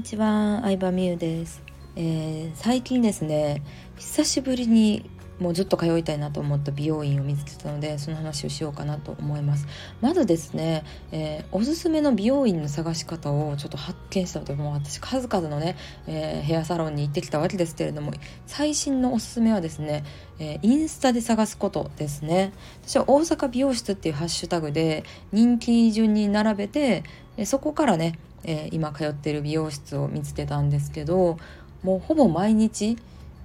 ちは、相葉美優です。最近ですね、久しぶりにもうずっと通いたいなと思った美容院を見つけたので、その話をしようかなと思います。まずですね、おすすめの美容院の探し方をちょっと発見したので、もう私数々のね、ヘアサロンに行ってきたわけですけれども、最新のおすすめはですね、インスタで探すことですね。私は大阪美容室っていうハッシュタグで人気順に並べて、そこからね、今通っている美容室を見つけたんですけど、もうほぼ毎日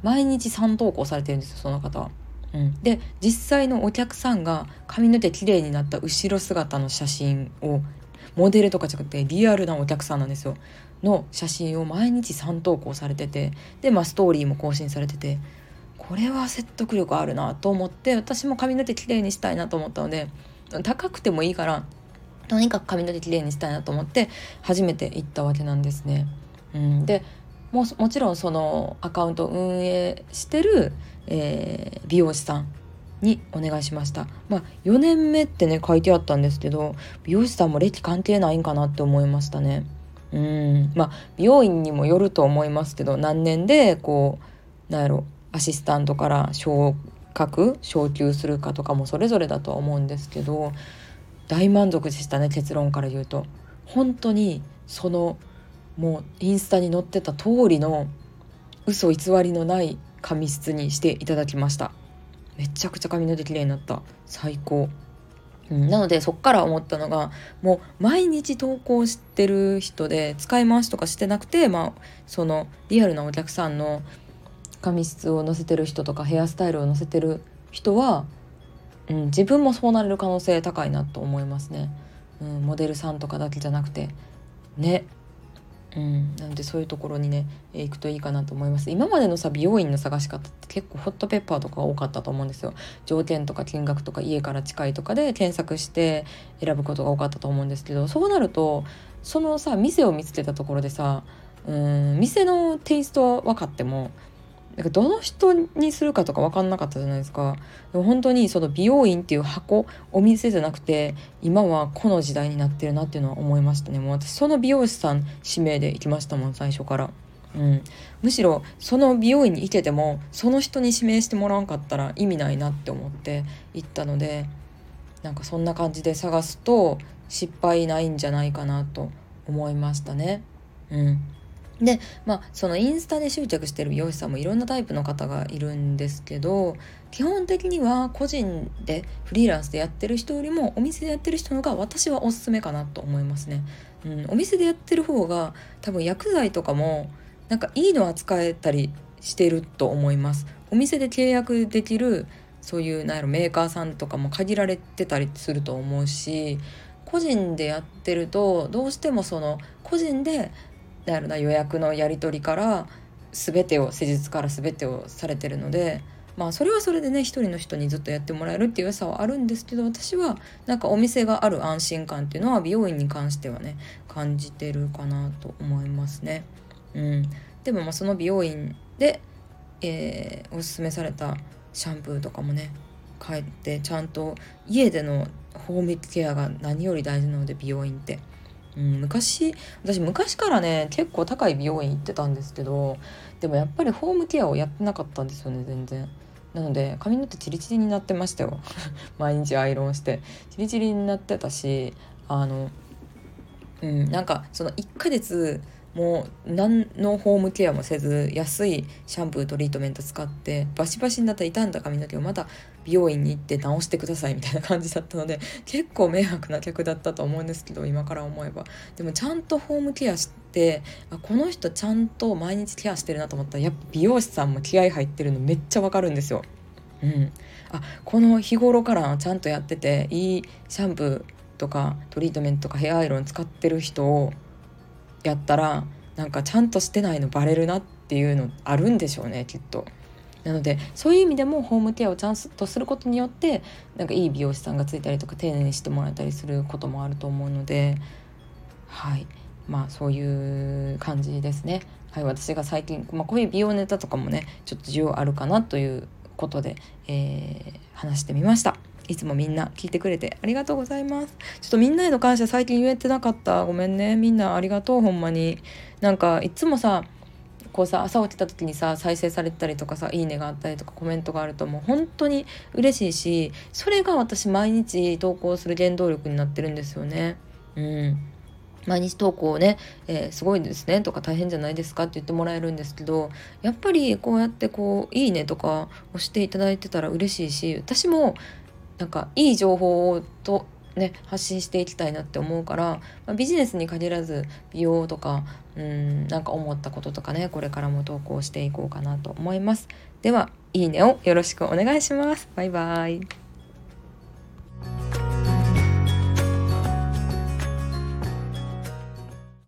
3投稿されてるんですよ、その方は。で、実際のお客さんが髪の毛きれいになった後ろ姿の写真を、モデルとかじゃなくてリアルなお客さんなんですよの写真を毎日3投稿されてて、でストーリーも更新されてて、これは説得力あるなと思って、私も髪の毛きれいにしたいなと思ったので、高くてもいいからとにかく髪の毛きれいにしたいなと思って初めて行ったわけなんですね。でもちろんそのアカウントを運営してる、美容師さんにお願いしました。4年目ってね書いてあったんですけど、美容師さんも歴関係ないんかなって思いましたね。美容院にもよると思いますけど、何年でこうなんやろアシスタントから昇級するかとかもそれぞれだとは思うんですけど、大満足でしたね。結論から言うと本当にそのもうインスタに載ってた通りの嘘偽りのない髪質にしていただきました。めちゃくちゃ髪の毛綺麗になった。最高。なのでそっから思ったのが、もう毎日投稿してる人で使い回しとかしてなくて、そのリアルなお客さんの髪質を載せてる人とかヘアスタイルを載せてる人は、自分もそうなれる可能性高いなと思いますね。モデルさんとかだけじゃなくてね。なのでそういうところにね、行くといいかなと思います。今までの美容院の探し方って結構ホットペッパーとか多かったと思うんですよ。条件とか金額とか家から近いとかで検索して選ぶことが多かったと思うんですけど、そうなるとその店を見つけたところで店のテイストは分かってもどの人にするかとか分かんなかったじゃないですか。でも本当にその美容院っていう箱、お店じゃなくて今はこの時代になってるなっていうのは思いましたね。もう私その美容師さん指名で行きましたもん、最初から。むしろその美容院に行けてもその人に指名してもらわんかったら意味ないなって思って行ったので、そんな感じで探すと失敗ないんじゃないかなと思いましたね。でそのインスタで執着してる美容師さんもいろんなタイプの方がいるんですけど、基本的には個人でフリーランスでやってる人よりもお店でやってる人の方が私はおすすめかなと思いますね。お店でやってる方が多分薬剤とかもいいの扱えたりしてると思います。お店で契約できるそういうメーカーさんとかも限られてたりすると思うし、個人でやってるとどうしてもその個人で予約のやり取りから施術から全てをされてるので、それはそれでね、一人の人にずっとやってもらえるっていう良さはあるんですけど、私はお店がある安心感っていうのは美容院に関してはね感じてるかなと思いますね。でもその美容院で、おすすめされたシャンプーとかもね帰ってちゃんと家でのホームケアが何より大事なので、美容院って私昔からね結構高い美容院行ってたんですけど、でもやっぱりホームケアをやってなかったんですよね、全然。なので髪の毛チリチリになってましたよ毎日アイロンしてチリチリになってたし、その1ヶ月もう何のホームケアもせず安いシャンプートリートメント使ってバシバシになった傷んだ髪の毛をまた美容院に行って直してくださいみたいな感じだったので、結構迷惑な客だったと思うんですけど、今から思えば。でもちゃんとホームケアして、この人ちゃんと毎日ケアしてるなと思ったら、やっぱ美容師さんも気合入ってるのめっちゃわかるんですよ。この日頃からちゃんとやってていいシャンプーとかトリートメントとかヘアアイロン使ってる人をやったらちゃんとしてないのバレるなっていうのあるんでしょうね、きっと。なのでそういう意味でもホームケアをちゃんとすることによっていい美容師さんがついたりとか丁寧にしてもらえたりすることもあると思うので、そういう感じですね。私が最近、こういう美容ネタとかもねちょっと需要あるかなということで、話してみました。 いつもみんな聞いてくれてありがとうございます。ちょっとみんなへの感謝最近言えてなかった。ごめんね。みんなありがとう、ほんまに。なんかいつもさ、こうさ、朝起きた時にさ、再生されたりとかさ、いいねがあったりとかコメントがあるともう本当に嬉しいし、それが私毎日投稿する原動力になってるんですよね。毎日投稿をね、すごいですねとか大変じゃないですかって言ってもらえるんですけど、やっぱりこうやってこういいねとか押していただいてたら嬉しいし、私もなんかいい情報をね、発信していきたいなって思うから、ビジネスに限らず美容とかなんか思ったこととかね、これからも投稿していこうかなと思います。では、いいねをよろしくお願いします。バイバイ。